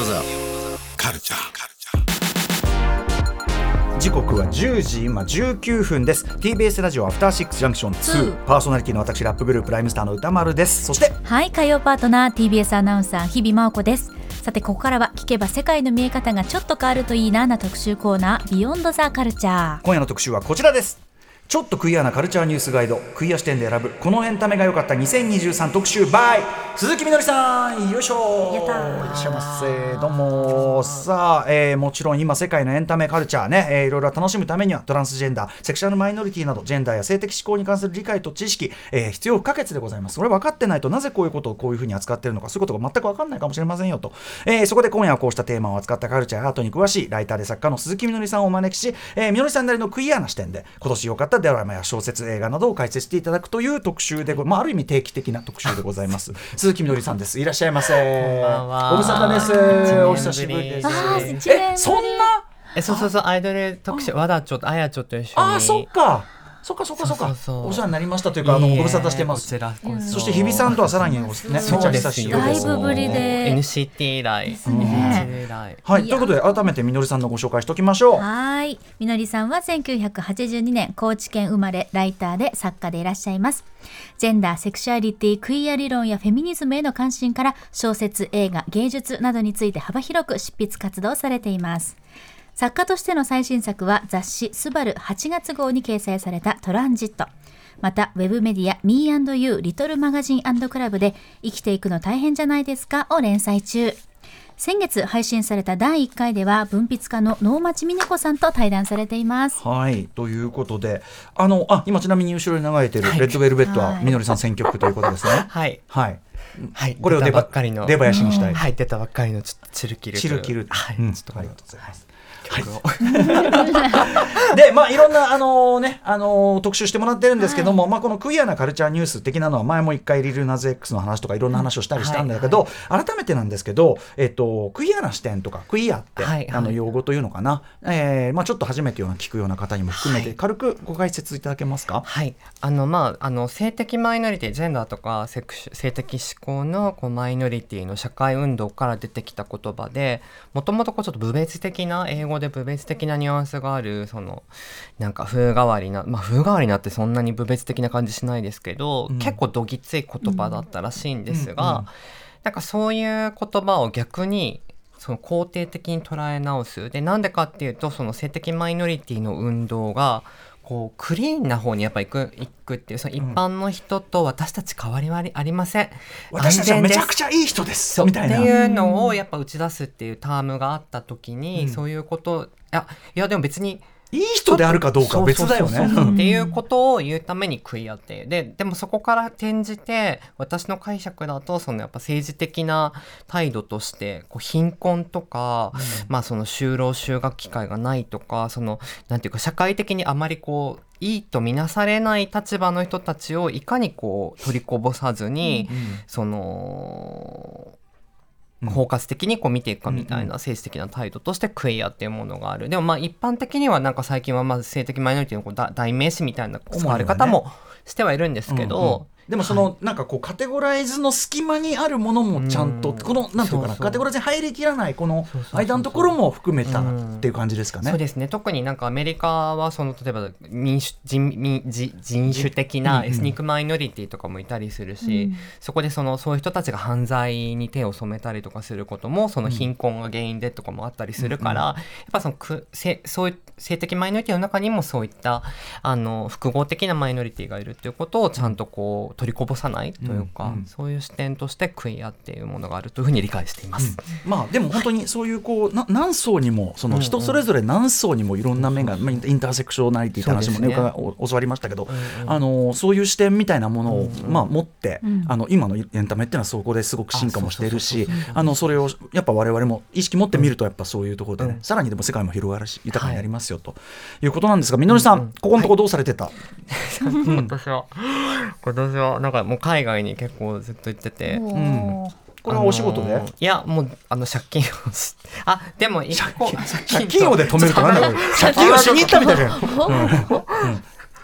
ザカルチャー。 時刻は10時今19分です。 TBS ラジオアフターシックスジャンクション2、パーソナリティの私ラップグループライムスターの歌丸です。そしてはい、火曜パートナー TBS アナウンサー日々真央子です。さてここからは聞けば世界の見え方がちょっと変わるといいな特集コーナービヨンドザカルチャー。 今夜の特集はこちらです。ちょっとクイアなカルチャーニュースガイド、クイア視点で選ぶこのエンタメが良かった2023特集 by 鈴木みのりさん。よいしょ。 やったー。 いらっしゃいませ。どうも。さあ、もちろん今世界のエンタメカルチャーね、いろいろ楽しむためにはトランスジェンダー、セクシャルマイノリティなどジェンダーや性的指向に関する理解と知識、必要不可欠でございます。それ分かってないとなぜこういうことをこういうふうに扱っているのか、そういうことが全く分かんないかもしれませんよと、そこで今夜はこうしたテーマを扱ったカルチャーアートに詳しいライターで作家の鈴木みのりさんをお招きし、みのりさんなりのクイアな視点で今年良かったドラマや小説、映画などを解説していただくという特集で、ある意味定期的な特集でございます。鈴木みのりさんです。いらっしゃいませ。ご無沙汰です。お久しぶりです。そんなそうアイドル特集和田ちょっとあやちょっと一緒に。 そっかお世話になりましたというか、ご無沙汰してます。そして日比さんとはさらにね、めっちゃ久しぶりです。 だいぶぶりで NCT 以来、 はい、ということで改めてみのりさんのご紹介しておきましょう。 はい、みのりさんは1982年高知県生まれ、ライターで作家でいらっしゃいます。ジェンダー、セクシュアリティ、クイア理論やフェミニズムへの関心から小説、映画、芸術などについて幅広く執筆活動をされています。作家としての最新作は雑誌スバル8月号に掲載されたトランジット、またウェブメディア Me&You リトルマガジン&クラブで生きていくの大変じゃないですかを連載中。先月配信された第1回では文筆家の能町みね子さんと対談されています。 はい、ということで今ちなみに後ろに流れているレッドベルベットはみのりさん選曲ということですね。 はいはいはい、 これを出ばやしにしたい。 はい、出たばっかりのチルキル、 はい、ちょっとありがとうございます。 はい、 でいろんな特集してもらってるんですけども、このクイアなカルチャーニュース的なのは前も一回リルナズ X の話とかいろんな話をしたりしたんだけど、改めてなんですけど、クイアな視点とかクイアって、用語というのかな、ちょっと初めて聞くような方にも含めて軽くご解説いただけますか。 はい、性的マイノリティ、ジェンダーとか性的指向のマイノリティの社会運動から出てきた言葉で、もともとちょっと部別的な英語で部別的なニュアンスがある、なんか風変わりなってそんなに部別的な感じしないですけど、結構どぎつい言葉だったらしいんですが、なんかそういう言葉を逆に肯定的に捉え直す。で、なんでかっていうと、性的マイノリティの運動がクリーンな方にやっぱ行くっていう、一般の人と私たち変わりはありません、 私たちはめちゃくちゃいい人ですみたいなっていうのをやっぱ打ち出すっていうタームがあった時に、そういうこといやでも別にいい人であるかどうかは別だよねっていうことを言うためにクイアってでもそこから転じて私の解釈だとやっぱ政治的な態度として貧困とか、就労就学機会がないとか、なんていうか社会的にあまりいいとみなされない立場の人たちをいかに取りこぼさずに、包括的に見ていくかみたいな政治的な態度としてクイアっていうものがある。でも一般的にはなんか最近は性的マイノリティの代名詞みたいな使われ方もしてはいるんですけど、 でもなんかカテゴライズの隙間にあるものもちゃんとなんていうかな、カテゴライズに入りきらないこの間のところも含めたっていう感じですかね。 そうですね。特になんかアメリカは例えば人種的なエスニックマイノリティとかもいたりするし、そこでそういう人たちが犯罪に手を染めたりとかすることも貧困が原因でとかもあったりするから、やっぱそういう性的マイノリティの中にもそういった複合的なマイノリティがいるっていうことをちゃんと取りこぼさないというか、そういう視点としてクイアっていうものがあるというふうに理解しています。 でも本当にそういう何層にも人それぞれ何層にもいろんな面が、インターセクショナリティって話もね教わりましたけど、そういう視点みたいなものを持って、今のエンタメっていうのはそこですごく進化もしているし、それをやっぱ我々も意識持ってみるとやっぱそういうところでね、さらにでも世界も広がるし豊かになりますよということなんですが、みのりさん、ここのところどうされてた？ 今年はなんかもう海外に結構ずっと行ってて、 これはお仕事で？ いやもう借金をでも借金をで止めるとなんだろう借金をしに行ったみたいな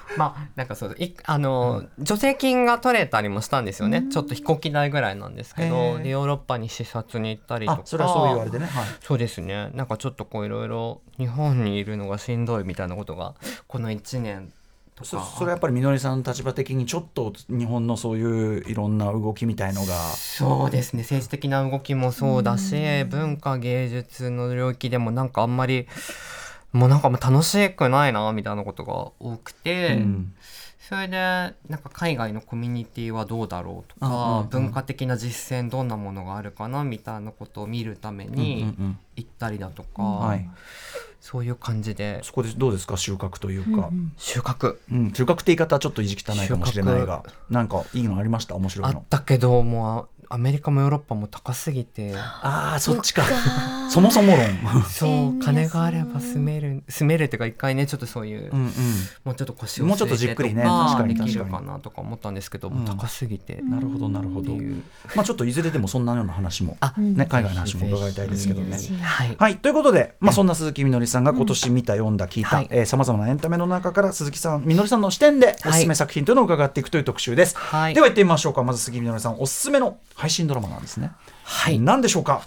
まあなんかそう助成金が取れたりもしたんですよね。ちょっと飛行機代ぐらいなんですけへど、 ーでヨーロッパに視察に行ったりとか、 それはそういうあれでね、はい、 そうですね。なんかちょっとこういろいろ日本にいるのがしんどいみたいなことがこの1年とか。 それはやっぱりみのりさんの立場的にちょっと日本のそういういろんな動きみたいのが。 そうですね、政治的な動きもそうだし、文化芸術の領域でもなんかあんまりもう楽しくないなみたいなことが多くて、それでなんか海外のコミュニティはどうだろうとか、文化的な実践どんなものがあるかなみたいなことを見るために行ったりだとか、そういう感じで。 そこでどうですか、収穫というか。 収穫、 収穫って言い方はちょっと意地汚いかもしれないが、なんかいいのありました？面白いのあったけど、もうアメリカもヨーロッパも高すぎて、 そっちかそもそも論そう金があれば住めるっていうか、一回ねちょっとそういう、もうちょっと腰をもうちょっとじっくりね、 確かにできるかなとか思ったんですけど、高すぎて。 なるほどなるほど。ちょっといずれでもそんなような話もね、海外の話も伺いたいですけどね。はい、ということで、そんな鈴木みのりさんが今年見た、読んだ、聞いたさまざまなエンタメの中から鈴木さん、みのりさんの視点でおすすめ作品というのを伺っていくという特集です。では行ってみましょうか。まず杉みのりさんおすすめの配信ドラマなんですね。何でしょうか。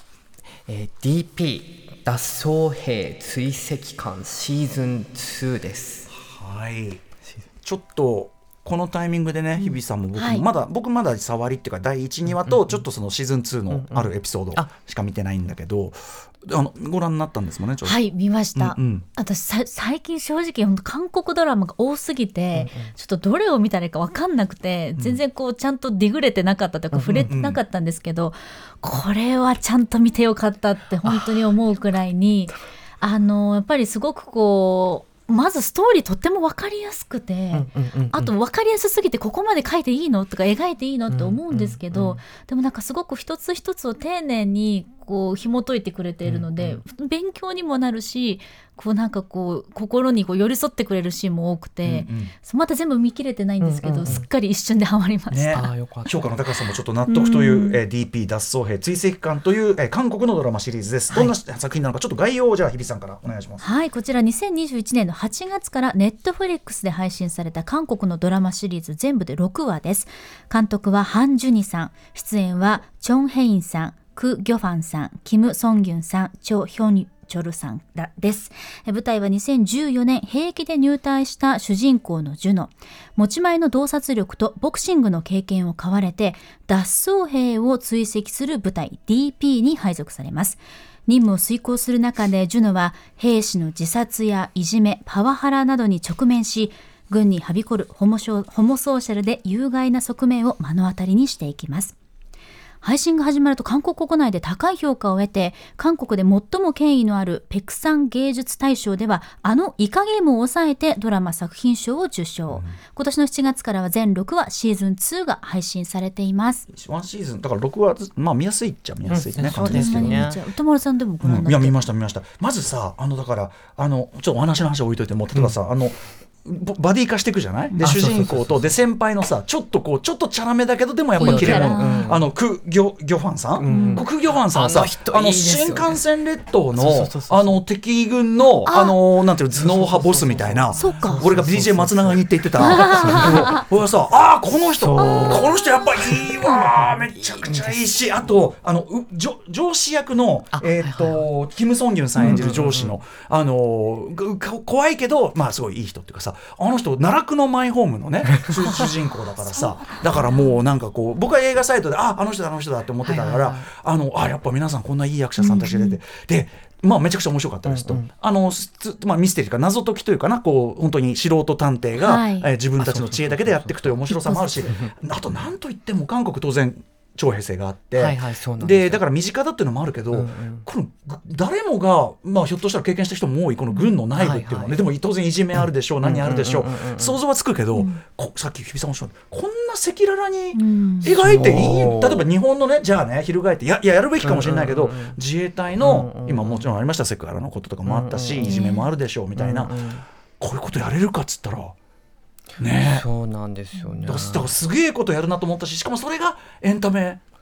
DP 脱走兵追跡官シーズン2です。 はい、ちょっとこのタイミングでね、日比さんも僕まだ触りっていうか第1、2話とちょっとそのシーズン2のあるエピソードしか見てないんだけど、ご覧になったんですもんね。 はい、見ました。私最近正直本当韓国ドラマが多すぎて、ちょっとどれを見たらいいか分かんなくて、全然こうちゃんとディグれてなかったというか、触れてなかったんですけど、これはちゃんと見てよかったって本当に思うくらいに、やっぱりすごくこうまずストーリーとっても分かりやすくて、あと分かりやすすぎてここまで書いていいのとか描いていいのって思うんですけど、でもなんかすごく一つ一つを丁寧にこう紐解いてくれているので、勉強にもなるし、こうなんかこう心にこう寄り添ってくれるシーンも多くて、また全部見切れてないんですけど、すっかり一瞬でハマりました。 評価の高さもちょっと納得という、DP 脱走兵追跡官という、韓国のドラマシリーズです。どんな作品なのか、ちょっと概要をじゃあ日比さんからお願いします。 はい、こちら2021年の8月からネットフリックスで配信された韓国のドラマシリーズ、全部で6話です。監督はハン・ジュニさん、出演はチョン・ヘインさん、ク・ギョファンさん、キム・ソンギュンさん、チョ・ヒョンチョルさんらです。舞台は2014年兵役で入隊した主人公のジュノ。持ち前の洞察力とボクシングの経験を買われて、脱走兵を追跡する部隊 DP に配属されます。任務を遂行する中でジュノは兵士の自殺やいじめ、パワハラなどに直面し、軍にはびこるホモソーシャルで有害な側面を目の当たりにしていきます。配信が始まると韓国国内で高い評価を得て、韓国で最も権威のあるペクサン芸術大賞ではイカゲームを抑えてドラマ作品賞を受賞。今年の7月からは全6話シーズン2が配信されています。 1シーズンだから6話、見やすいっちゃ見やすいね、 そうですね。 歌丸さんでもご覧になって、 いや見ました。まずさ、だからちょっとお話の話を置いといても、例えばさ、バディ化していくじゃない。で主人公とで先輩のさ、ちょっとチャラめだけどでもやっぱキレ者、ク・ギョファンさん、ク・ギョファンさんはさ、新幹線列島の敵軍のなんていう頭脳派ボスみたいな、俺が BJ 松永にって言ってた俺はさ、この人やっぱいいわ、めちゃくちゃいいし、あと上司役のキム・ソンギュンさん演じる上司の怖いけどすごいいい人っていうかさ、あの人奈落のマイホームのね主人公だからさ、だからもうなんかこう僕は映画サイトであの人だって思ってたから、やっぱ皆さんこんないい役者さんたちが出て、でめちゃくちゃ面白かったですと、ミステリーとか謎解きというかな、こう本当に素人探偵が、自分たちの知恵だけでやっていくという面白さもあるし、あとなんといっても韓国当然徴兵制があって、でだから身近だっていうのもあるけど、この誰もが、ひょっとしたら経験した人も多いこの軍の内部っていうのはね、でも当然いじめあるでしょう、何あるでしょう、想像はつくけど、さっき日比さんおっしゃったこんな赤裸々に描いていい、例えば日本のね、じゃあね翻ってやるべきかもしれないけど、自衛隊の今もちろんありましたセクハラのこととかもあったし、いじめもあるでしょうみたいな、こういうことやれるかっつったらね、 そうなんですよね。 だからすげえことやるなと思ったし、しかもそれがエンタメ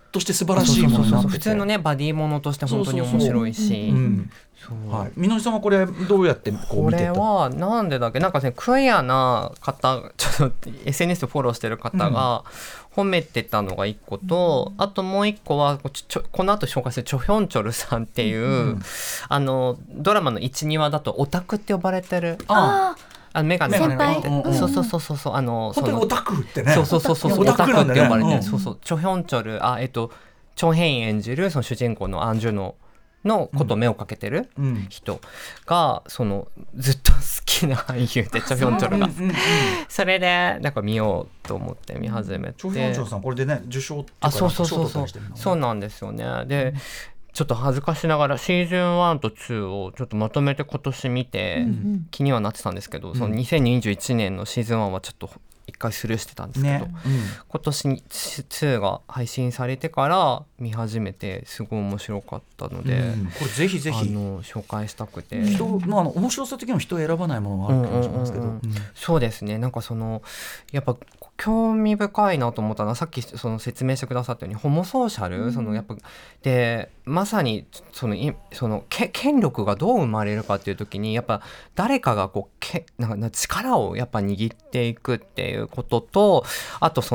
として素晴らしいものになってて、 普通のねバディものとして本当に面白いし、 はい、みのりさんはこれどうやってこうこ見てた？ れはなんでだっけ、なんかねクイアな方、ちょっと SNS でフォローしてる方が褒めてたのが1個と、あともう1個はこの後紹介するチョ・ヒョンチョルさんっていう、ドラマの 1,2 話だとオタクって呼ばれてる、メガネ先輩、 そう本当にオタクってね、 そうオタクって呼ばれてる、 チチョ・ヒョンチョル、チョン・ヘイン演じるその主人公のアン・ジュノのことを目をかけてる人が、そのずっと好きな俳優でチョ・ヒョンチョルが、それでなんか見ようと思って見始めて、 チョ・ヒョンチョルさんこれでね受賞っていうかそうなんですよね。でちょっと恥ずかしながらシーズン1と2をちょっとまとめて今年見て気にはなってたんですけど、その2021年のシーズン1はちょっと一回スルーしてたんですけど、今年2が配信されてから見始めてすごい面白かったので、 これぜひぜひ紹介したくて、 面白さ的にも人を選ばないものがあるかもしれないですけど、 そうですね、なんかやっぱ興味深いなと思ったのは、さっきその説明してくださったようにホモソーシャル、やっぱでまさにその権力がどう生まれるかっていう時に、やっぱ誰かがなんか力をやっぱ握っていくっていうことと、あと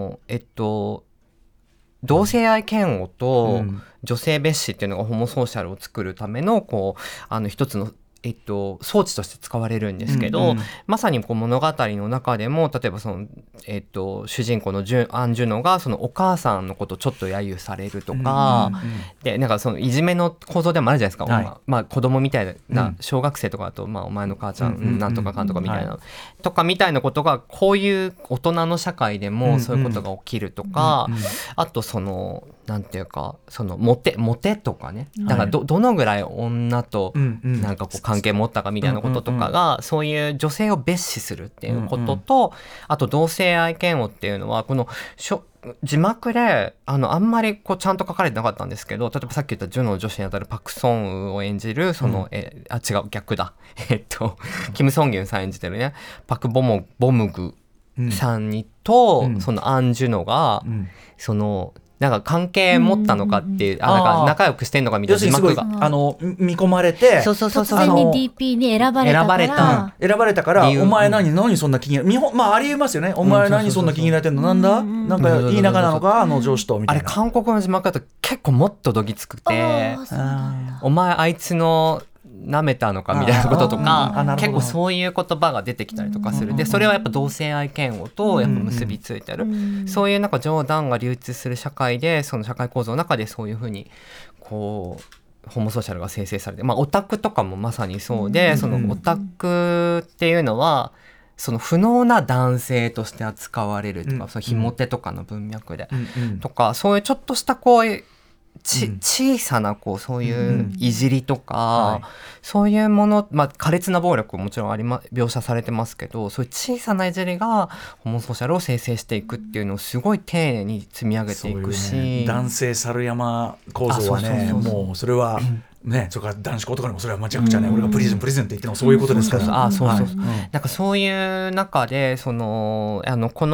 同性愛嫌悪と女性蔑視っていうのがホモソーシャルを作るための一つの装置として使われるんですけど、まさに物語の中でも、例えば主人公のアン・ジュノがそのお母さんのことをちょっと揶揄されるとか、でなんかそのいじめの構造でもあるじゃないですか、子供みたいな小学生とかだと、お前の母ちゃん、なんとかかんとかみたいな、とかみたいなことがこういう大人の社会でもそういうことが起きるとか、あとなんていうかモテとかね、だからどのぐらい女となんか関係持ったかみたいなこととかが、そういう女性を蔑視するっていうことと、あと同性愛嫌悪っていうのはこの字幕であんまりちゃんと書かれてなかったんですけど、例えばさっき言ったジュノの女子にあたるパク・ソンウを演じる違う逆だキム・ソンギュンさん演じてるねパク・ボムグさんにと、そのアン・ジュノがなんか関係持ったのかっていう、なんか仲良くしてんのかみたいな字幕が見込まれて、 突然に DP に選ばれたからお前何そんな気にありえますよね。お前何そんな気に入られてんの、なんかいい仲なのか上司とみたいな。 あれ韓国の字幕だと結構もっとどぎつくて、お前あいつの舐めたのかみたいなこととか、結構そういう言葉が出てきたりとかする。でそれはやっぱ同性愛嫌悪とやっぱ結びついてる、そういうなんか冗談が流通する社会で、その社会構造の中でそういうふうにホモソーシャルが生成されて、オタクとかもまさにそうで、そのオタクっていうのはその不能な男性として扱われるとか、そのひも手とかの文脈で、とかそういうちょっとした小さなそういういじりとか、そういうもの、苛烈な暴力ももちろん描写されてますけど、そういう小さないじりがホモソーシャルを生成していくっていうのをすごい丁寧に積み上げていくし、 男性猿山構造はね、もうそれはね、それから男子校とかにもそれは間違くちゃね、俺がプリズンって言ってもそういうことですから。 なんかそういう中でその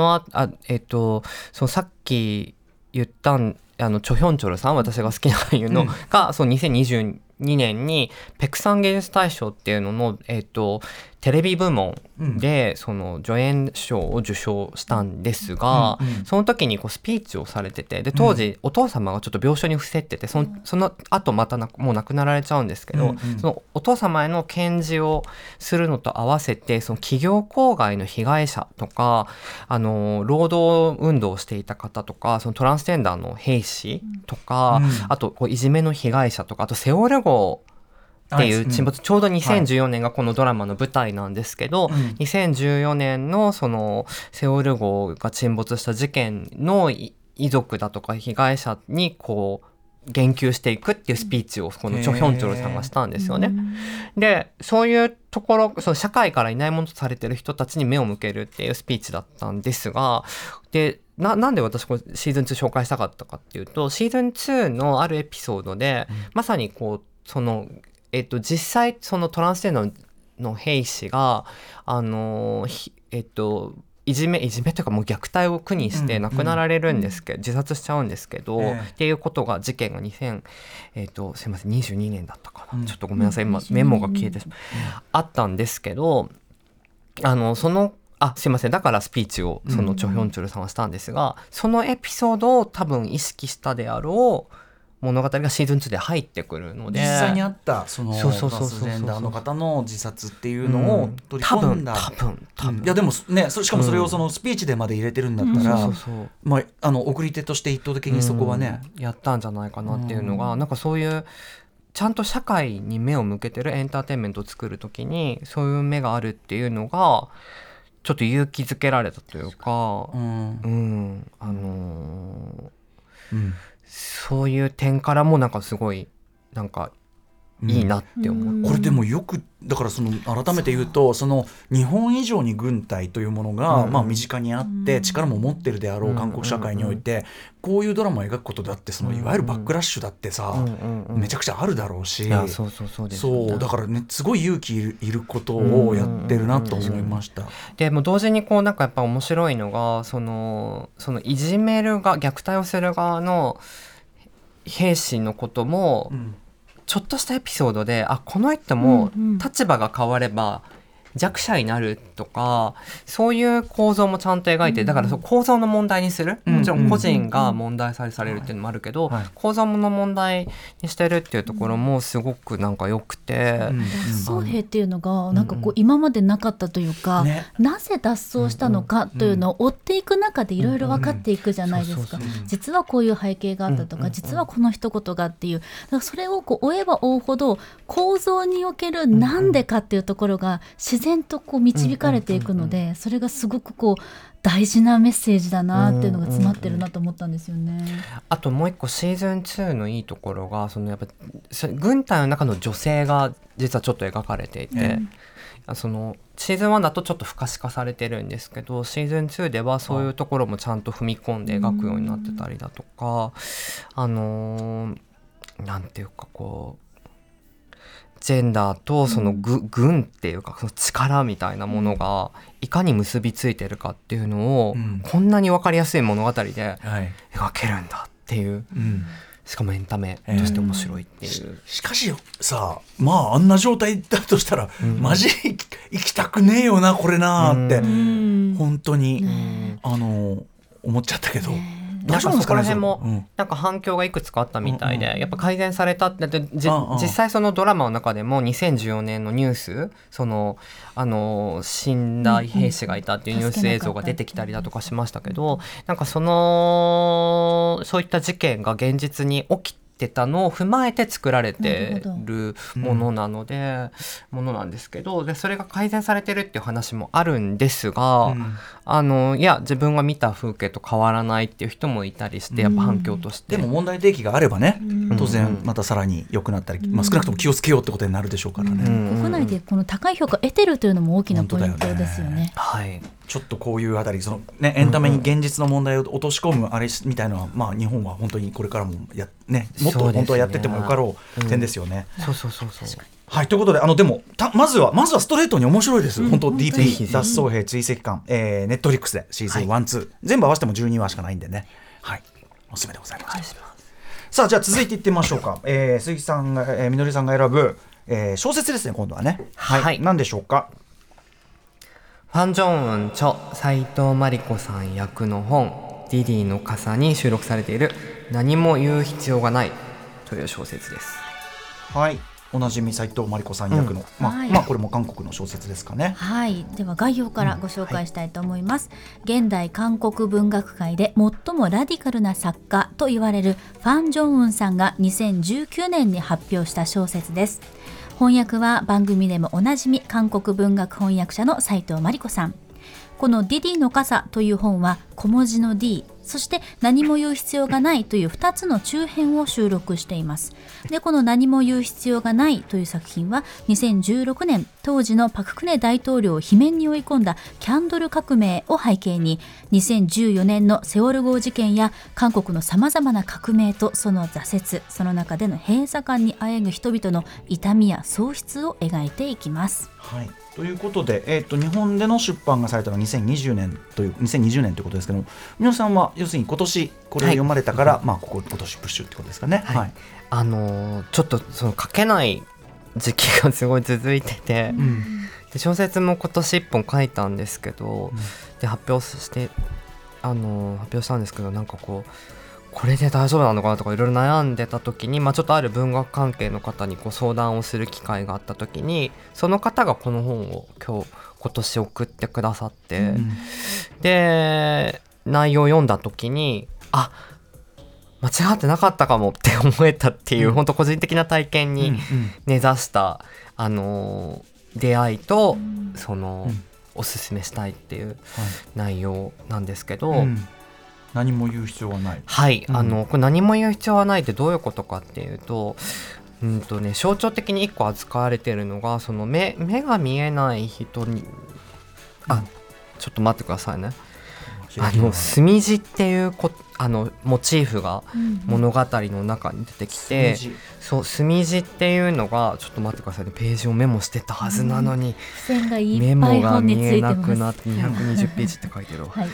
さっき言ったチョ・ヒョンチョルさん、私が好きな俳優の、が2022年にペクサン芸術大賞っていうのの、テレビ部門でその助演賞を受賞したんですが、その時にスピーチをされてて、で当時お父様がちょっと病床に伏せってて、その後またもう亡くなられちゃうんですけど、そのお父様への献示をするのと合わせて、その企業公害の被害者とか労働運動をしていた方とか、そのトランスジェンダーの兵士とか、あといじめの被害者とか、あとセオル号っていう沈没、ちょうど2014年がこのドラマの舞台なんですけど、2014年のそのセオル号が沈没した事件の遺族だとか被害者に言及していくっていうスピーチをこのチョ・ヒョンチョルさんがしたんですよね。でそういうところ、その社会からいないものとされてる人たちに目を向けるっていうスピーチだったんですが、でなんで私シーズン2紹介したかったかっていうと、シーズン2のあるエピソードで、まさに実際そのトランスジェンダーの兵士がいじめというかもう虐待を苦にして亡くなられるんですけど、自殺しちゃうんですけど、っていうことが事件がすいません22年だったかな、ちょっとごめんなさい今メモが消えてあったんですけど、すいません、だからスピーチをそのチョ・ヒョンチョルさんはしたんですが、そのエピソードを多分意識したであろう物語がシーズン2で入ってくるので、 実際にあったそのトランスジェンダーの方の自殺っていうのを取り込んだ、 多分いやでもね、しかもそれをそのスピーチでまで入れてるんだったら、まあ、送り手として一方的にそこはね、 やったんじゃないかなっていうのが、なんかそういうちゃんと社会に目を向けてるエンターテインメントを作るときにそういう目があるっていうのがちょっと勇気づけられたというか、そういう点からもなんかすごいなんかいいなって思う、 これでもよくだからその改めて言うと、その日本以上に軍隊というものがまあ身近にあって力も持ってるであろう韓国社会においてこういうドラマを描くことだってそのいわゆるバックラッシュだってさめちゃくちゃあるだろうし、そうだからねすごい勇気いることをやってるなと思いました。 でも同時にこうなんかやっぱ面白いのがそのいじめるが虐待をする側の兵士のことも、ちょっとしたエピソードでこの人も立場が変われば弱者になるとか、そういう構造もちゃんと描いて、だからそう構造の問題にする、もちろん個人が問題されるっていうのもあるけど、構造の問題にしてるっていうところもすごくなんか良くて、 脱走兵っていうのがなんかこう今までなかったというか、なぜ脱走したのかというのを追っていく中でいろいろ分かっていくじゃないですか。実はこういう背景があったとか、実はこの一言がっていう、だからそれをこう追えば追うほど構造におけるなんでかっていうところが自然とこう導かれていくので、それがすごくこう大事なメッセージだなっていうのが詰まってるなと思ったんですよね。 あともう一個シーズン2のいいところがやっぱ軍隊の中の女性が実はちょっと描かれていて、そのシーズン1だとちょっと不可視化されてるんですけど、シーズン2ではそういうところもちゃんと踏み込んで描くようになってたりだとか、なんていうかこうジェンダーとその軍っていうかその力みたいなものがいかに結びついてるかっていうのを、こんなに分かりやすい物語で描けるんだっていう、しかもエンタメとして面白いっていう、 しかしさまああんな状態だとしたら、マジ行きたくねえよなこれなって、本当に、思っちゃったけど。 なんかそこら辺もなんか反響がいくつかあったみたいで、やっぱ改善されたって実際そのドラマの中でも2014年のニュース死んだ兵士がいたっていうニュース映像が出てきたりだとかしましたけど、なんかそういった事件が現実に起きてたのを踏まえて作られてるものなので、ものなんですけど、でそれが改善されてるっていう話もあるんですが、いや自分が見た風景と変わらないっていう人もいたりして、やっぱ反響として、 でも問題提起があればね、当然またさらに良くなったり、少なくとも気をつけようってことになるでしょうからね。 国内でこの高い評価を得てるというのも大きなポイントですよね。 はい、 ちょっとこういうあたりエンタメに現実の問題を落とし込むあれみたいなのは、まあ、日本は本当にこれからももっと本当はやっててもよかろう点ですよね。 そうはい、ということででもまずはストレートに面白いです、本当 DP 脱走兵追跡官、ネットフリックスでシーズン1、2全部合わせても12話しかないんでね、はい、おすすめでございます。さあじゃあ続いていってみましょうか。鈴木さんが、みのりさんが選ぶ、小説ですね今度はね。はい、何でしょうか。 ファン・ジョンウン著斉藤真理子さん役の本ディディの傘に収録されている何も言う必要がないという小説です。 はい、おなじみ斉藤真理子さん役の、これも韓国の小説ですかね。 はい、では概要からご紹介したいと思います。現代韓国文学界で最もラディカルな作家と言われるファン・ジョンウンさんが2019年に発表した小説です。翻訳は番組でもおなじみ韓国文学翻訳者の斉藤真理子さん。このディディの傘という本は小文字の D、 そして何も言う必要がないという2つの中編を収録しています。でこの何も言う必要がないという作品は2016年当時のパククネ大統領を罷免に追い込んだキャンドル革命を背景に、2014年のセウォル号事件や韓国のさまざまな革命とその挫折、その中での閉鎖感にあえぐ人々の痛みや喪失を描いていきます。 はい、ということで、日本での出版がされたのは2020年ということですけども、皆さんは要するに今年これを読まれたから、今年プッシュってことですかね。はい、 ちょっとその書けない時期がすごい続いてて、で小説も今年1本書いたんですけど、で発表したんですけど、なんかこれで大丈夫なのかなとかいろいろ悩んでた時に、ちょっとある文学関係の方に相談をする機会があった時に、その方がこの本を今年送ってくださって、で内容を読んだ時に間違ってなかったかもって思えたっていう、本当個人的な体験に根ざした、出会いと、おすすめしたいっていう内容なんですけど、 何も言う必要はない。 はい、これ何も言う必要はないってどういうことかっていうと、象徴的に1個扱われているのが、その目が見えない人に、ちょっと待ってくださいね。墨字っていうモチーフが物語の中に出てきて、墨字っていうのが、ちょっと待ってくださいね、ページをメモしてたはずなのに、 線がいっぱいメモが本につ見えいてます。 なくなって220ページって書いてるわ。 はい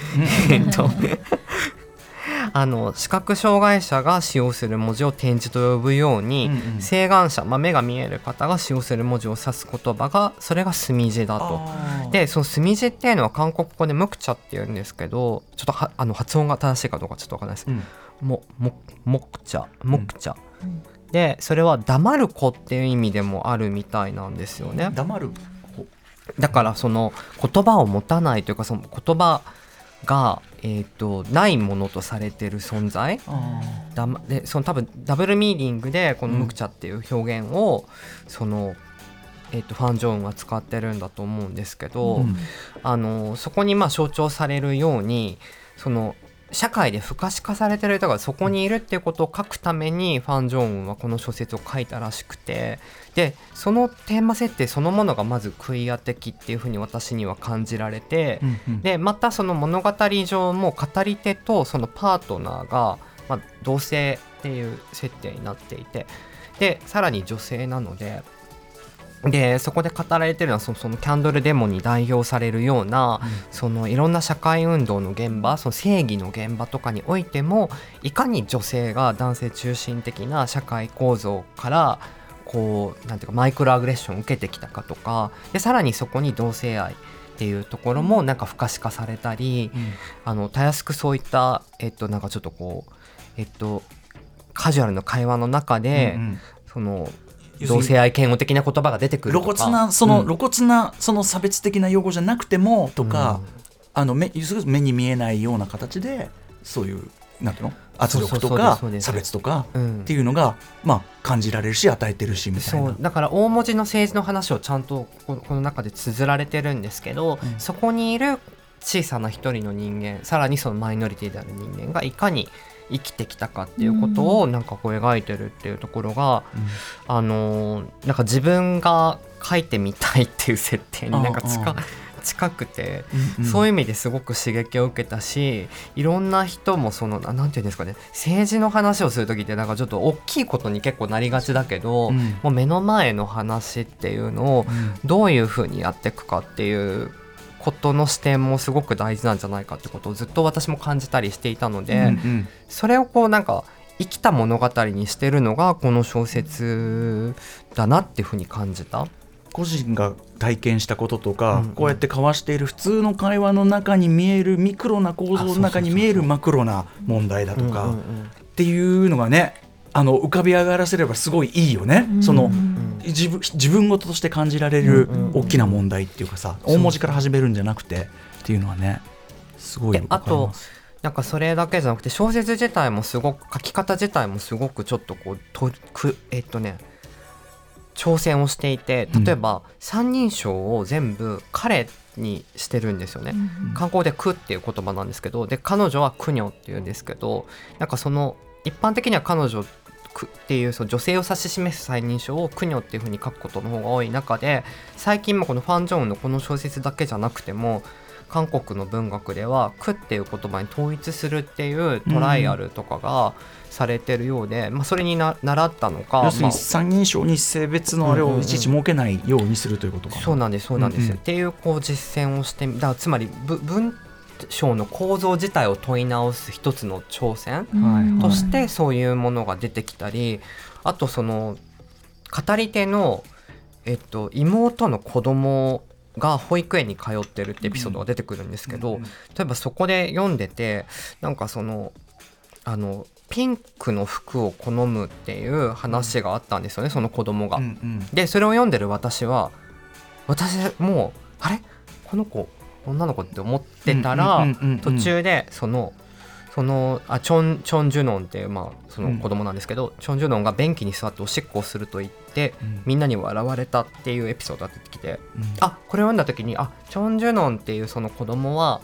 視覚障害者が使用する文字を点字と呼ぶように、晴眼者、目が見える方が使用する文字を指す言葉が、それが墨字だと。でその墨字っていうのは韓国語でムクチャっていうんですけど、ちょっと発音が正しいかどうかちょっと分からないです。モクチャ、でそれは黙る子っていう意味でもあるみたいなんですよね。 黙る子だからその言葉を持たないというか、その言葉が、ないものとされている存在で、その多分ダブルミーニングでこのムクチャっていう表現を、そのファン・ジョンは使ってるんだと思うんですけど、そこに象徴されるように、その社会で不可視化されてる人がそこにいるっていうことを書くために、ファン・ジョンはこの小説を書いたらしくて、でそのテーマ設定そのものがまずクイア的っていうふうに私には感じられて、でまたその物語上も語り手とそのパートナーが、同性っていう設定になっていて、でさらに女性なので、そこで語られてるのはそのキャンドルデモに代表されるような、そのいろんな社会運動の現場、その正義の現場とかにおいても、いかに女性が男性中心的な社会構造からなんていうかマイクロアグレッションを受けてきたかとかで、さらにそこに同性愛っていうところもなんか不可視化されたり、たやすくそういったなんかちょっとカジュアルな会話の中で、その同性愛嫌悪的な言葉が出てくるとか、 露骨なその差別的な用語じゃなくてもとか、目に見えないような形でそういうなんていうの圧力とか差別とかっていうのが、感じられるし与えてるしみたいな。 そうだから大文字の政治の話をちゃんとこの中で綴られてるんですけど、そこにいる小さな一人の人間、さらにそのマイノリティである人間がいかに生きてきたかっていうことをなんか描いてるっていうところが、なんか自分が書いてみたいっていう設定になんか近くて、そういう意味ですごく刺激を受けたし、いろんな人もそのなんていうんですかね、政治の話をする時ってなんかちょっと大きいことに結構なりがちだけど、もう目の前の話っていうのをどういうふうにやっていくかっていうことの視点もすごく大事なんじゃないかってことをずっと私も感じたりしていたので、それをなんか生きた物語にしてるのがこの小説だなっていうふうに感じた。 個人が体験したこととか、こうやって交わしている普通の会話の中に見えるミクロな構造の中に見えるマクロな問題だとかっていうのがね、浮かび上がらせればすごいいいよね。その自分事として感じられる大きな問題っていうかさ、大文字から始めるんじゃなくてっていうのはね、すごい分かります。 なんかそれだけじゃなくて、小説自体もすごく書き方自体もすごくちょっと挑戦をしていて、例えば三人称を全部彼にしてるんですよね、韓国でクっていう言葉なんですけど、で彼女はクニョっていうんですけど、なんかその一般的には彼女っていうその女性を指し示す三人称をクニョっていう風に書くことの方が多い中で、最近もこのファン・ジョンウンのこの小説だけじゃなくても韓国の文学ではクっていう言葉に統一するっていうトライアルとかがされてるようで、それに習ったのか、 要するに三人称に性別のあれをいちいち設けないようにするということかな。 そうなんですっていうこう実践をしてだからつまり文章の構造自体を問い直す一つの挑戦としてそういうものが出てきたり、あとその語り手の、妹の子供が保育園に通ってるってエピソードが出てくるんですけど、例えばそこで読んでてなんかそのピンクの服を好むっていう話があったんですよね、その子供が、でそれを読んでる私もうあれこの子女の子って思ってたら、途中でチョン・ジュノンっていう、その子供なんですけど、チョン・ジュノンが便器に座っておしっこをすると言って、みんなに笑われたっていうエピソードが出てきて、これを読んだ時にチョン・ジュノンっていうその子供は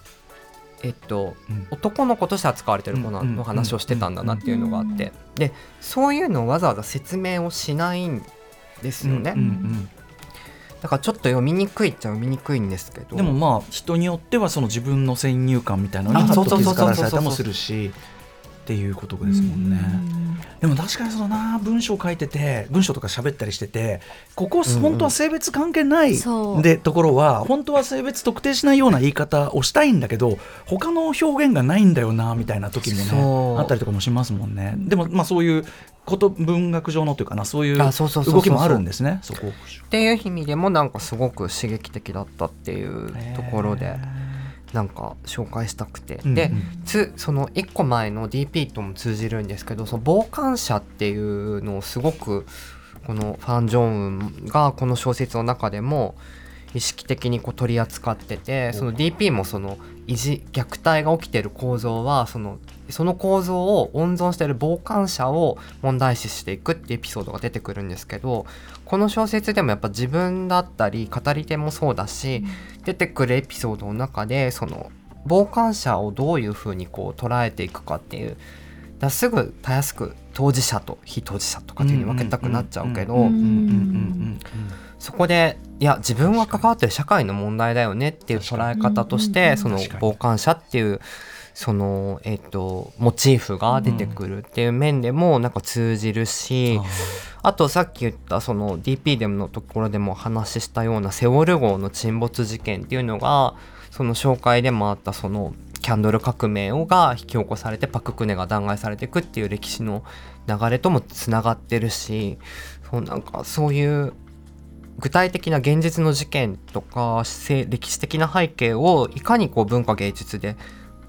男の子として扱われてる子の話をしてたんだなっていうのがあって、でそういうのをわざわざ説明をしないんですよね、だからちょっと読みにくいっちゃ読みにくいんですけど、 でも人によってはその自分の先入観みたいなのにハッと気づかされたりもするしっていうことですもんね。でも確かにその文章書いてて文章とか喋ったりしてて、ここ本当は性別関係ないでところは本当は性別特定しないような言い方をしたいんだけど他の表現がないんだよなみたいな時もねあったりとかもしますもんね。でもそういう文学上のというかな、そういう動きもあるんですね。そこっていう意味でもなんかすごく刺激的だったっていうところでなんか紹介したくて、でその1個前の DP とも通じるんですけど、その傍観者っていうのをすごくこのファン・ジョンウンがこの小説の中でも意識的に取り扱ってて、その DP もその虐待が起きてる構造はその構造を温存している傍観者を問題視していくっていうエピソードが出てくるんですけど、この小説でもやっぱ自分だったり語り手もそうだし、出てくるエピソードの中でその傍観者をどういうふうに捉えていくかっていう、すぐたやすく当事者と非当事者とかっていう風に分けたくなっちゃうけど、そこでいや自分が関わってる社会の問題だよねっていう捉え方としてその傍観者っていうそのモチーフが出てくるっていう面でもなんか通じるし、あとさっき言ったその DP でのところでも話したようなセウォル号の沈没事件っていうのがその紹介でもあったそのキャンドル革命が引き起こされてパククネが弾劾されていくっていう歴史の流れともつながってるし、なんかそういう具体的な現実の事件とか歴史的な背景をいかに文化芸術で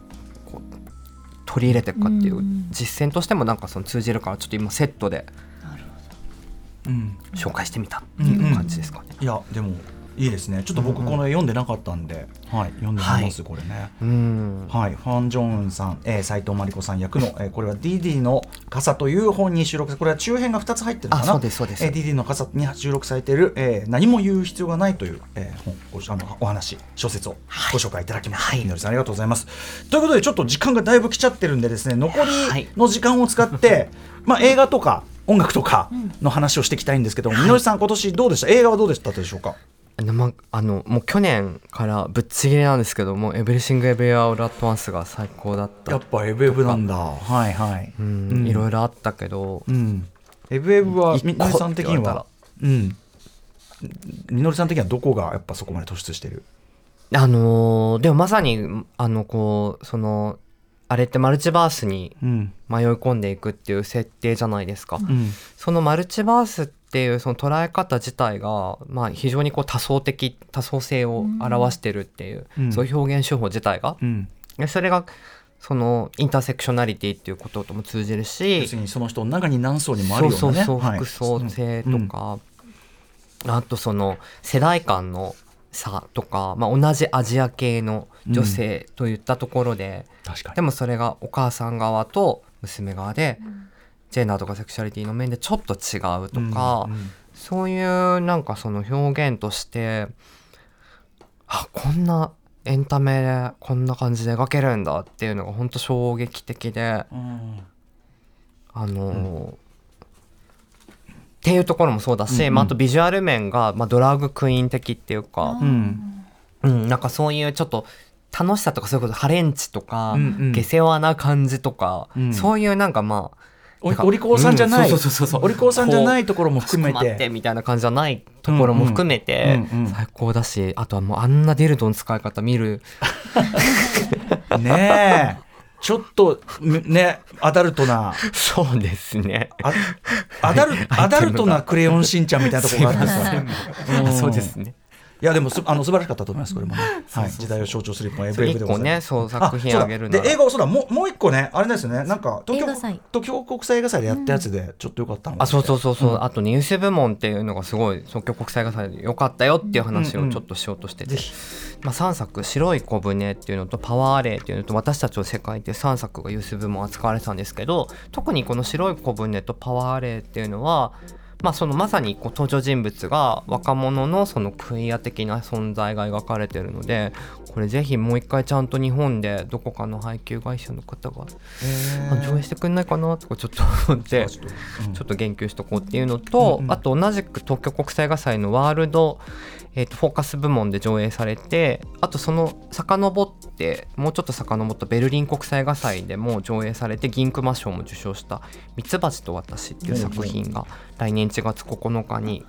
取り入れていくかっていう実践としてもなんかその通じるから、ちょっと今セットで紹介してみたっていう感じですかね。 いやでもいいですね。ちょっと僕この読んでなかったんで、読んでみます、これね。ファン・ジョンウンさん、斉藤真理子さん役の、これはディディの傘という本に収録され、これは中編が2つ入ってるのかな。 そうですそうです。 ディディの傘に収録されている、何も言う必要がないという、お話小説をご紹介いただきました。みのりさんありがとうございます。ということでちょっと時間がだいぶ来ちゃってるんでですね、残りの時間を使って、映画とか音楽とかの話をしていきたいんですけども、みのりさん今年どうでした？映画はどうでしたでしょうか？ もう去年からぶっちぎりなんですけども、エブリシングエブリアオールアットワンスが最高だった。 やっぱエブエブなんだ。 いろいろあったけど、 エブエブはみのりさん的にはみのりさん的にはどこがやっぱそこまで突出してる？ でもまさにそのあれってマルチバースに迷い込んでいくっていう設定じゃないですか。そのマルチバースっていうその捉え方自体が、非常に多層性を表してるっていう、そういう表現手法自体が、それがそのインターセクショナリティっていうこととも通じるし、 要するにその人の中に何層にもあるようなね、 複層性とか、あとその世代間の差とか、同じアジア系の女性といったところで、でもそれがお母さん側と娘側で、ジェンダーとかセクシャリティの面でちょっと違うとか、 そういうなんかその表現としてこんなエンタメでこんな感じで描けるんだっていうのが本当衝撃的で、っていうところもそうだし、あとビジュアル面が、ドラァグクイーン的っていうか、なんかそういうちょっと楽しさとかそういうことハレンチとか、下世話な感じとか、そういうなんかお利口さんじゃない、 お利口さんじゃないところも含めてみたいな感じじゃないところも含めて最高だし、あとはもうあんなディルドの使い方見るねえちょっとねアダルトなそうですねアダルトなクレヨンしんちゃんみたいなところがあってさそうですね。 いやでも素晴らしかったと思います。これもね、はい、時代を象徴する一本エブエブでございます。 そう作品あげるならで映画そうだもう一個ねあれですよね、なんか東映京国際映画祭でやったやつでちょっと良かったのが、 そう、あとニュース部門っていうのがすごい東京国際映画祭で良かったよっていう話をちょっとしようとしてて、3作白い小舟っていうのとパワーレイっていうのと私たちの世界っていう3作がユース部門扱われてたんですけど、特にこの白い小舟とパワーレイっていうのはそのまさに登場人物が若者のそのクイア的な存在が描かれているので、これぜひもう一回ちゃんと日本でどこかの配給会社の方が上映してくんないかなとかちょっと思ってちょっと言及しとこうっていうのと、あと同じく東京国際映画祭のワールドフォーカス部門で上映されて、あとその遡ってもうちょっと遡ったベルリン国際映画祭でも上映されて銀熊賞も受賞したミツバチと私っていう作品が来年1月9日に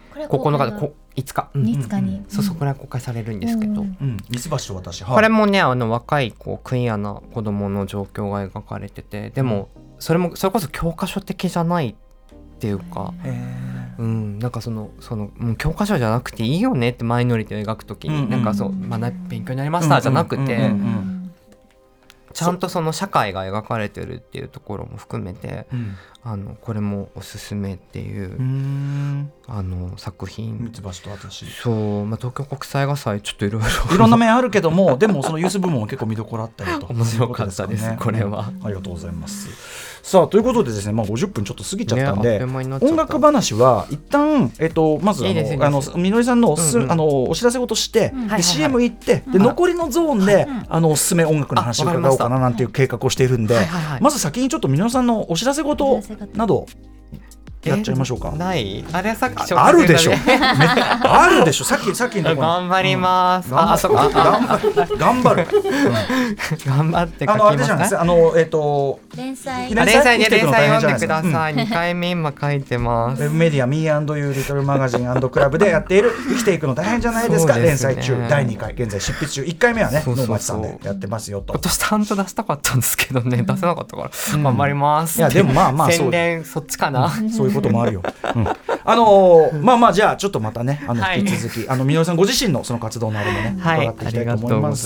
5日にそうこれは公開されるんですけど、 ミツバチと私、 これもね若いクイアな子供の状況が描かれてて、でもそれこそ教科書的じゃないっていうか、なんかその教科書じゃなくていいよねってマイノリティを描くときに、なんか勉強になりましたじゃなくて、ちゃんとその社会が描かれてるっていうところも含めて、これもおすすめっていう作品。 ミツバチと私、 そう、東京国際映画祭ちょっといろんな面あるけどもでもそのユース部門は結構見どころあったりと面白かったです、これは、 ありがとうございます。さあということでですね、50分ちょっと過ぎちゃったんで、音楽話は一旦、まずみのりさんのお知らせ事して、CM 行って、で残りのゾーンでおすすめ音楽の話を伺おうかななんていう計画をしているんで、まず先にちょっとみのりさんのお知らせ事などやっちゃいましょうか。 ないあれさっきあるでしょあるでしょさっきのところ頑張ります、 頑張る頑張って書きあれじゃないです連載読んでください。2回目今書いてます。 ウェブメディア Me&You リトルマガジン&クラブでやっている生きていくの大変じゃないですか、連載中第2回現在執筆中、1回目はね能町さんでやってますよと。 今年ちゃんと出したかったんですけどね、出せなかったから頑張ります。 いやでも宣伝そっちかな、 そういうこともあるよ、じゃあちょっとまたね引き続きみのりさんご自身のその活動のあれもね伺っていきたいと思います。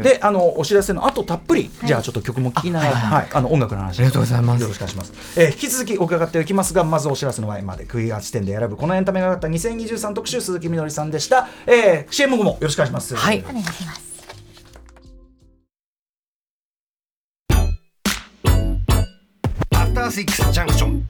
でお知らせの後たっぷりじゃあちょっと曲も聴きながら音楽の話ありがとうございます。 よろしくお願いします。引き続き伺っていきますが、まずお知らせの前までクイア視点で選ぶこのエンタメが上がった2023特集、鈴木みのりさんでした。CM 後もよろしくお願いします。 はい、お願いします。 アフターシックスジャンクション。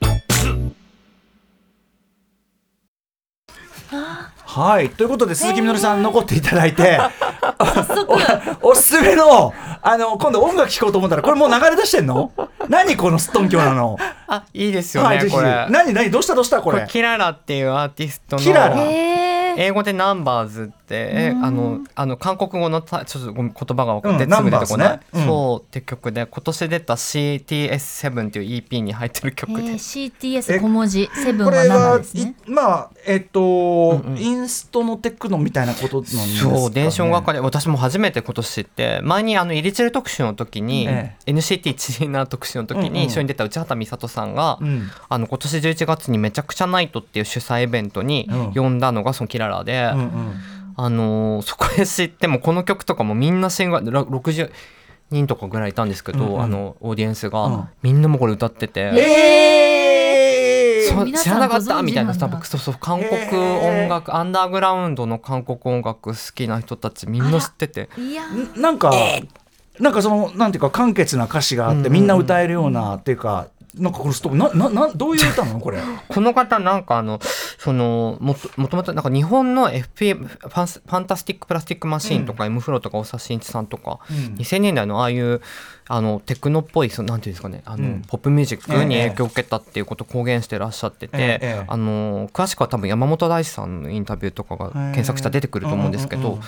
はい、ということで鈴木みのりさん残っていただいておすすめの今度音楽聴こうと思ったらこれもう流れ出してんの何このすっとんきょうなのいいですよね、これ何どうしたこれキララっていうアーティストのキララ英語でナンバーズって韓国語のちょっと言葉が分かってすぐ出てこない、そうって曲で今年出た CTS7 っていう EP に入ってる曲で、 CTS 小文字7は7ですね。 インストのテクノみたいなことなんですかね。 そう電子音楽家で私も初めて今年知って、前にイリチェル特集の時に、NCT チリナ特集の時に一緒に出た内畑美里さんが、今年11月にめちゃくちゃナイトっていう主催イベントに呼んだのがそのキララで、そこで知ってもこの曲とかもみんなシンガー60人とかぐらいいたんですけど、オーディエンスが、みんなもこれ歌ってて、知らなかったみたいな、韓国音楽アンダーグラウンドの韓国音楽好きな人たちみんな知ってて、 なんかそのなんていうか簡潔な歌詞があってみんな歌えるようなっていうかなんかこのストーリーどういう歌なのこれ。 この方なんかもともとなんか日本の FP ファンタスティックプラスティックマシーンとか、M フロとか大沢慎一さんとか、2000年代のああいうテクノっぽいなんていうんですかね、ポップミュージックに影響を受けたっていうことを公言してらっしゃってて、詳しくは多分山本大志さんのインタビューとかが検索したら出てくると思うんですけど、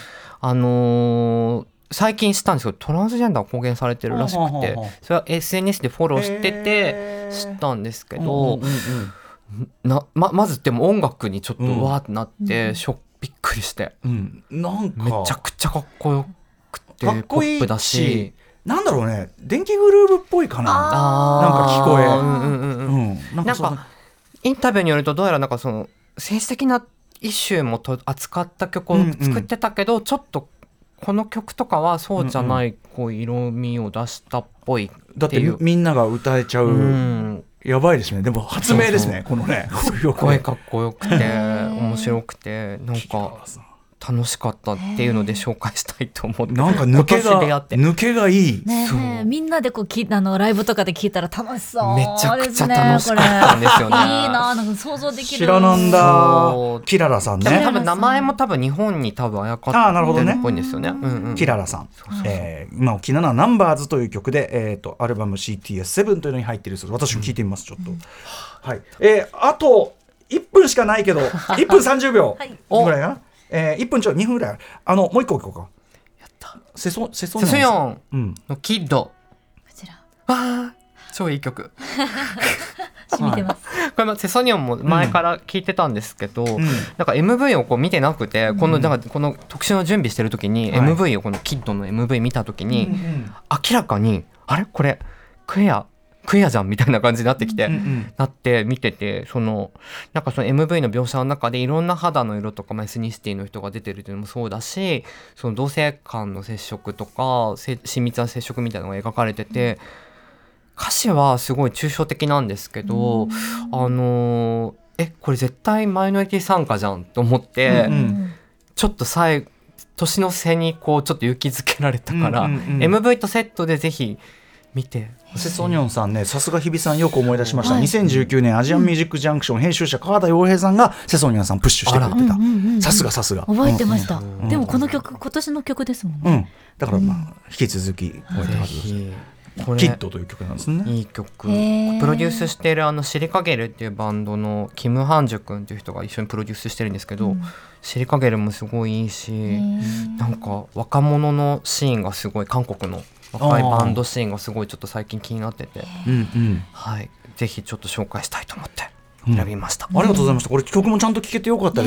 最近知ったんですけどトランスジェンダーを公言されてるらしくて、それは SNS でフォローしてて知ったんですけど、まずでも音楽にちょっとわーってなって、びっくりして、 なんかめちゃくちゃかっこよくてかっこいいポップだし、 なんだろうね、電気グルーヴっぽいかな、なんか聞こえ、 なんかインタビューによるとどうやらなんかその政治的なイシューも扱った曲を作ってたけど、ちょっとこの曲とかはそうじゃないこう色味を出したっぽいっていう。 だってみんなが歌えちゃう、やばいですね。でも発明ですね。このね、 すごいかっこよくて面白くて、なんか楽しかったっていうので紹介したいと思って、 なんか抜けがいい、 ね、みんなでこうライブとかで聞いたら楽しそうめちゃくちゃ楽しかったんですよね。 いいな、なんか想像できる。 知らなんだ。キララさんね。 多分名前も多分日本に多分あやかってるっぽいんですよね。 キララさん、今お聞きなのはナンバーズという曲で、アルバム CTS7 というのに入っているそうです。私も聞いてみますちょっと、はい。あと1分しかないけど1分30秒ぐらいかな。1分ちょい2分ぐらいもう一個いこうか。 やった。 セソニョンのキッド、 こちら超いい曲染みてます。 これセソニョンも前から聞いてたんですけど、なんか MV をこう見てなくて、この特集の準備してる時に MV をこのキッドの MV 見た時に、明らかにあれこれクエアじゃんみたいな感じになってきて、なって見てて、なんかその MV の描写の中でいろんな肌の色とか、エスニシティの人が出てるっていうのもそうだし、その同性間の接触とか親密な接触みたいなのが描かれてて、歌詞はすごい抽象的なんですけど、これ絶対マイノリティ参加じゃんと思って、ちょっと年の瀬にこうちょっと勇気づけられたから、MV とセットでぜひ見て。 セソニョンさんね、さすが日比さん、よく思い出しました。2019年アジアンミュージックジャンクション編集者川田洋平さんがセソニョンさんプッシュしてくれてた。さすが覚えてました。でもこの曲今年の曲ですもんね。 だから引き続き覚えてますキッドという曲なんですね。 いい曲。プロデュースしているシリカゲルっていうバンドのキム・ハンジュ君っていう人が一緒にプロデュースしてるんですけど、シリカゲルもすごいいいし、なんか若者のシーンがすごい、韓国の若いバンドシーンがすごいちょっと最近気になってて、はい、ぜひちょっと紹介したいと思って選びました。 ありがとうございました。これ曲もちゃんと聴けてよかったです。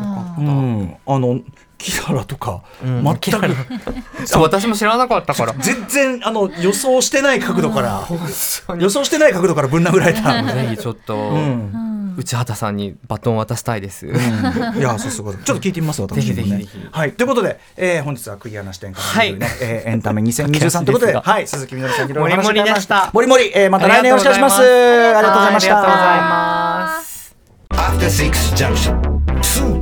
キララとか全くそう私も知らなかったから全然予想してない角度からぶん殴られた。 ぜひちょっと内畑さんにバトン渡したいです。 いやさすが。ちょっと聞いてみますよ。 ぜひ。 はい、ということで、本日はクリアな視点から見るね、エンタメ2023ということで、はい、鈴木みのりさんにいろいろ話していただきました。もりもり、また来年よろしくお願いします。ありがとうございました。 ありがとうございます。 After 6 junction 2